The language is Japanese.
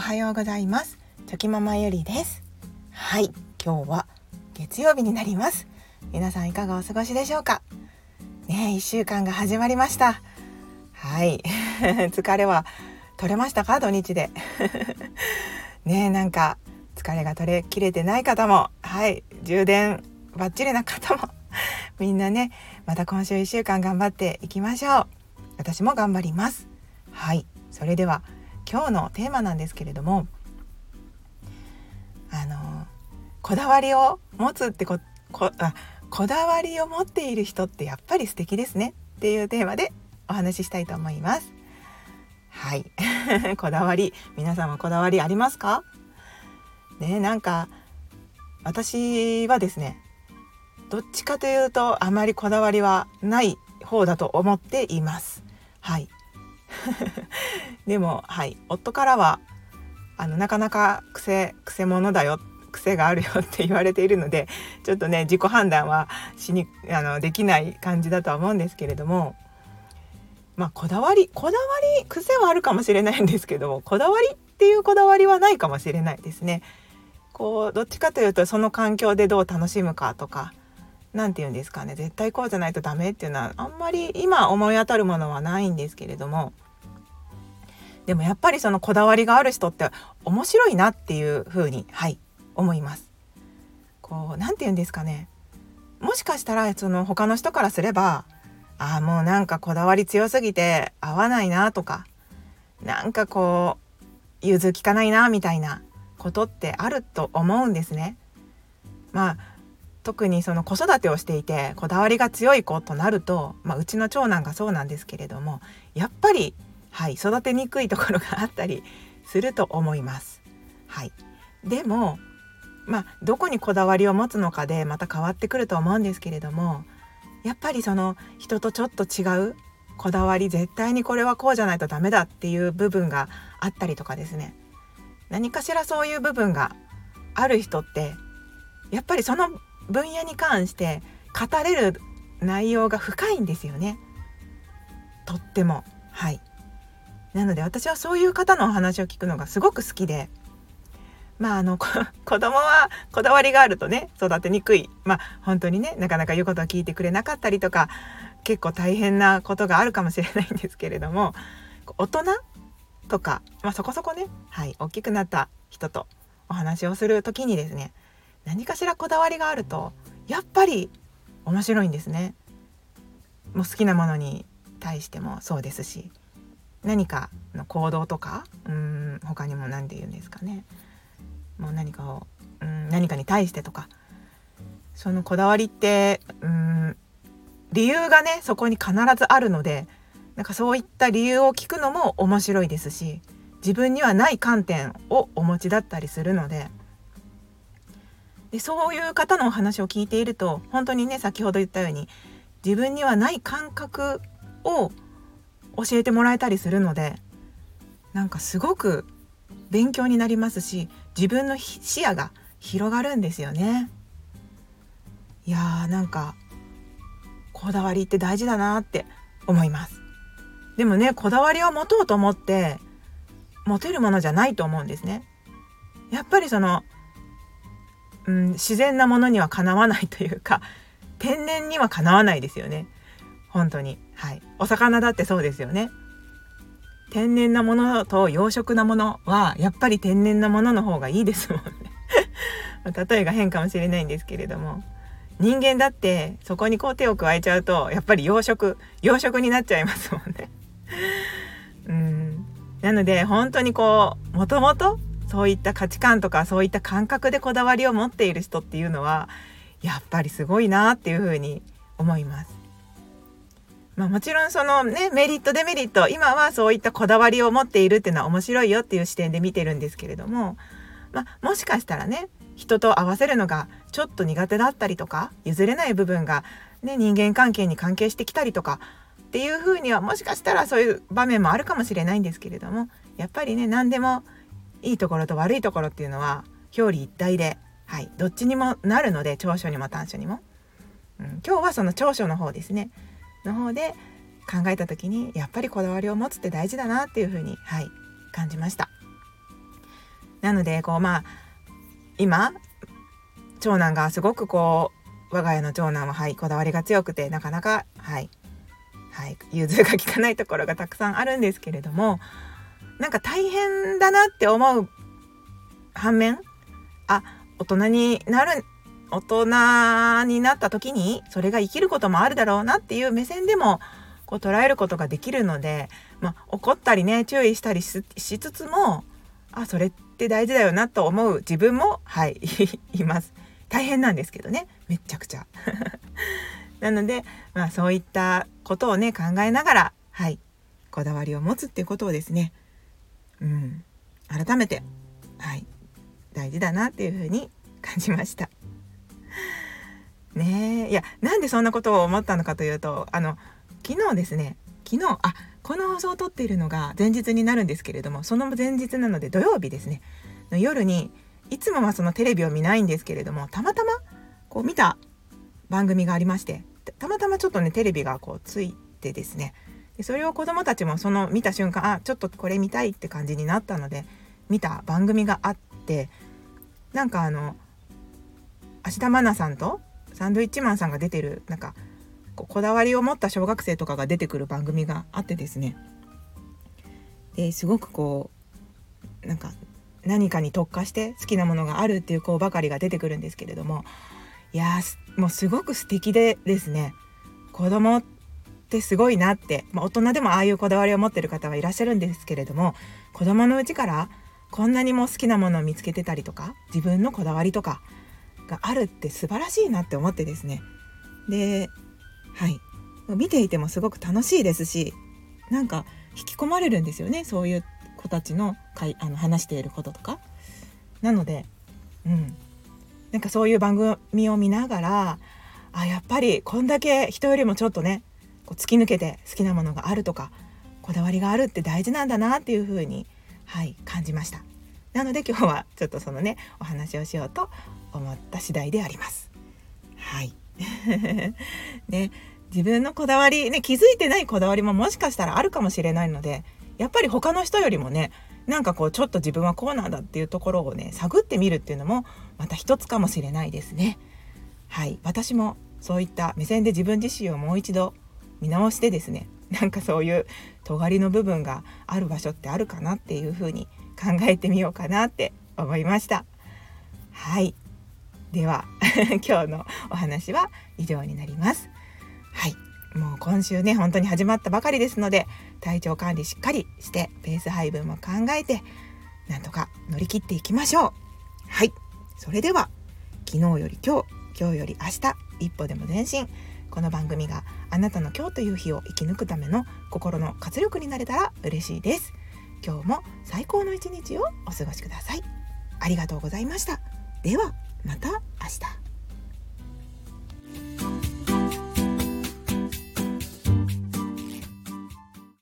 はようございます。チョキママゆりです。はい、今日は月曜日になります。皆さんいかがお過ごしでしょうかね。1週間が始まりました。はい疲れは取れましたか？土日でね、なんか疲れが取れきれてない方も、充電バッチリな方もみんなね、また今週1週間頑張っていきましょう。私も頑張ります。はい、それでは今日のテーマなんですけれども、こだわりを持つってこだわりを持っている人ってやっぱり素敵ですねっていうテーマでお話ししたいと思います。はいこだわり、皆さんはこだわりありますかね。なんか私はですね、どっちかというとあまりこだわりはない方だと思っています。はいでも、夫からはなかなか癖者だよ、癖があるよって言われているので、ちょっとね自己判断はできない感じだとは思うんですけれども、こだわり癖はあるかもしれないんですけど、こだわりっていうこだわりはないかもしれないですね。どっちかというとその環境でどう楽しむかとか、なんていうんですかね、絶対こうじゃないとダメっていうのはあんまり今思い当たるものはないんですけれども、でもやっぱりそのこだわりがある人って面白いなっていうふうに思います。なんていうんですかね、もしかしたらその他の人からすれば、もうなんかこだわり強すぎて合わないなとか、なんか融通きかないなみたいなことってあると思うんですね。特にその子育てをしていてこだわりが強い子となると、うちの長男がそうなんですけれども、やっぱり育てにくいところがあったりすると思います。でもどこにこだわりを持つのかでまた変わってくると思うんですけれども、やっぱりその人とちょっと違うこだわり、絶対にこれはこうじゃないとダメだっていう部分があったりとかですね、何かしらそういう部分がある人ってやっぱりその分野に関して語れる内容が深いんですよね、とっても。なので私はそういう方のお話を聞くのがすごく好きで、子供はこだわりがあるとね育てにくい、本当にねなかなか言うことは聞いてくれなかったりとか、結構大変なことがあるかもしれないんですけれども、大人とか、そこそこね、大きくなった人とお話をする時にですね、何かしらこだわりがあるとやっぱり面白いんですね。もう好きなものに対してもそうですし、何かの行動とか、他にも何て言うんですかね、もう何かに対してとか、そのこだわりって理由がねそこに必ずあるので、なんかそういった理由を聞くのも面白いですし、自分にはない観点をお持ちだったりするので、そういう方のお話を聞いていると本当にね、先ほど言ったように自分にはない感覚を教えてもらえたりするので、なんかすごく勉強になりますし、自分の視野が広がるんですよね。いやー、なんかこだわりって大事だなって思います。でもね、こだわりを持とうと思って持てるものじゃないと思うんですね。やっぱりその、自然なものにはかなわないというか、天然にはかなわないですよね、本当に。お魚だってそうですよね。天然なものと養殖なものはやっぱり天然なものの方がいいですもんね例えが変かもしれないんですけれども、人間だってそこに手を加えちゃうとやっぱり養殖になっちゃいますもんね。なので本当にもともとそういった価値観とかそういった感覚でこだわりを持っている人っていうのはやっぱりすごいなっていうふうに思います。もちろんそのね、メリットデメリット、今はそういったこだわりを持っているっていうのは面白いよっていう視点で見てるんですけれども、もしかしたらね、人と合わせるのがちょっと苦手だったりとか、譲れない部分がね、人間関係に関係してきたりとかっていう風にはもしかしたらそういう場面もあるかもしれないんですけれども、やっぱりね、何でもいいところと悪いところっていうのは表裏一体で、どっちにもなるので、長所にも短所にも、今日はその長所の方ですねの方で考えた時に、やっぱりこだわりを持つって大事だなっていうふうに感じました。 なので今長男がすごく我が家の長男はこだわりが強くてなかなか融通が利かないところがたくさんあるんですけれども、なんか大変だなって思う反面、大人になった時にそれが生きることもあるだろうなっていう目線でも捉えることができるので、怒ったりね注意したり しつつもそれって大事だよなと思う自分もいます。大変なんですけどね、めっちゃくちゃなのでそういったことをね考えながらこだわりを持つっていうことをですね、改めて大事だなっていうふうに感じましたね。いや、なんでそんなことを思ったのかというと、昨日ですね、この放送を撮っているのが前日になるんですけれども、その前日なので土曜日ですねの夜に、いつもはそのテレビを見ないんですけれども、たまたま見た番組がありまして、たまたまちょっとねテレビがついてですね、でそれを子どもたちもその見た瞬間ちょっとこれ見たいって感じになったので見た番組があって、芦田愛菜さんとサンドイッチマンさんが出てるこだわりを持った小学生とかが出てくる番組があってですね、ですごく何かに特化して好きなものがあるっていう子ばかりが出てくるんですけれども、いやもうすごく素敵でですね、子供ってすごいなって、大人でもああいうこだわりを持ってる方はいらっしゃるんですけれども、子供のうちからこんなにも好きなものを見つけてたりとか、自分のこだわりとかがあるって素晴らしいなって思ってですね、で見ていてもすごく楽しいですし、引き込まれるんですよね、そういう子たちの話していることとか。なのでそういう番組を見ながらやっぱりこんだけ人よりもちょっとね突き抜けて好きなものがあるとかこだわりがあるって大事なんだなっていう風に感じました。なので今日はちょっとそのねお話をしようと思った次第であります。ね、自分のこだわりね、気づいてないこだわりももしかしたらあるかもしれないので、やっぱり他の人よりもねちょっと自分はこうなんだっていうところをね探ってみるっていうのもまた一つかもしれないですね。私もそういった目線で自分自身をもう一度見直してですね、そういう尖りの部分がある場所ってあるかなっていうふうに考えてみようかなって思いました。では今日のお話は以上になります。もう今週ね本当に始まったばかりですので、体調管理しっかりしてペース配分も考えてなんとか乗り切っていきましょう。それでは昨日より今日、今日より明日、一歩でも前進。この番組があなたの今日という日を生き抜くための心の活力になれたら嬉しいです。今日も最高の一日をお過ごしください。ありがとうございました。ではまた明日。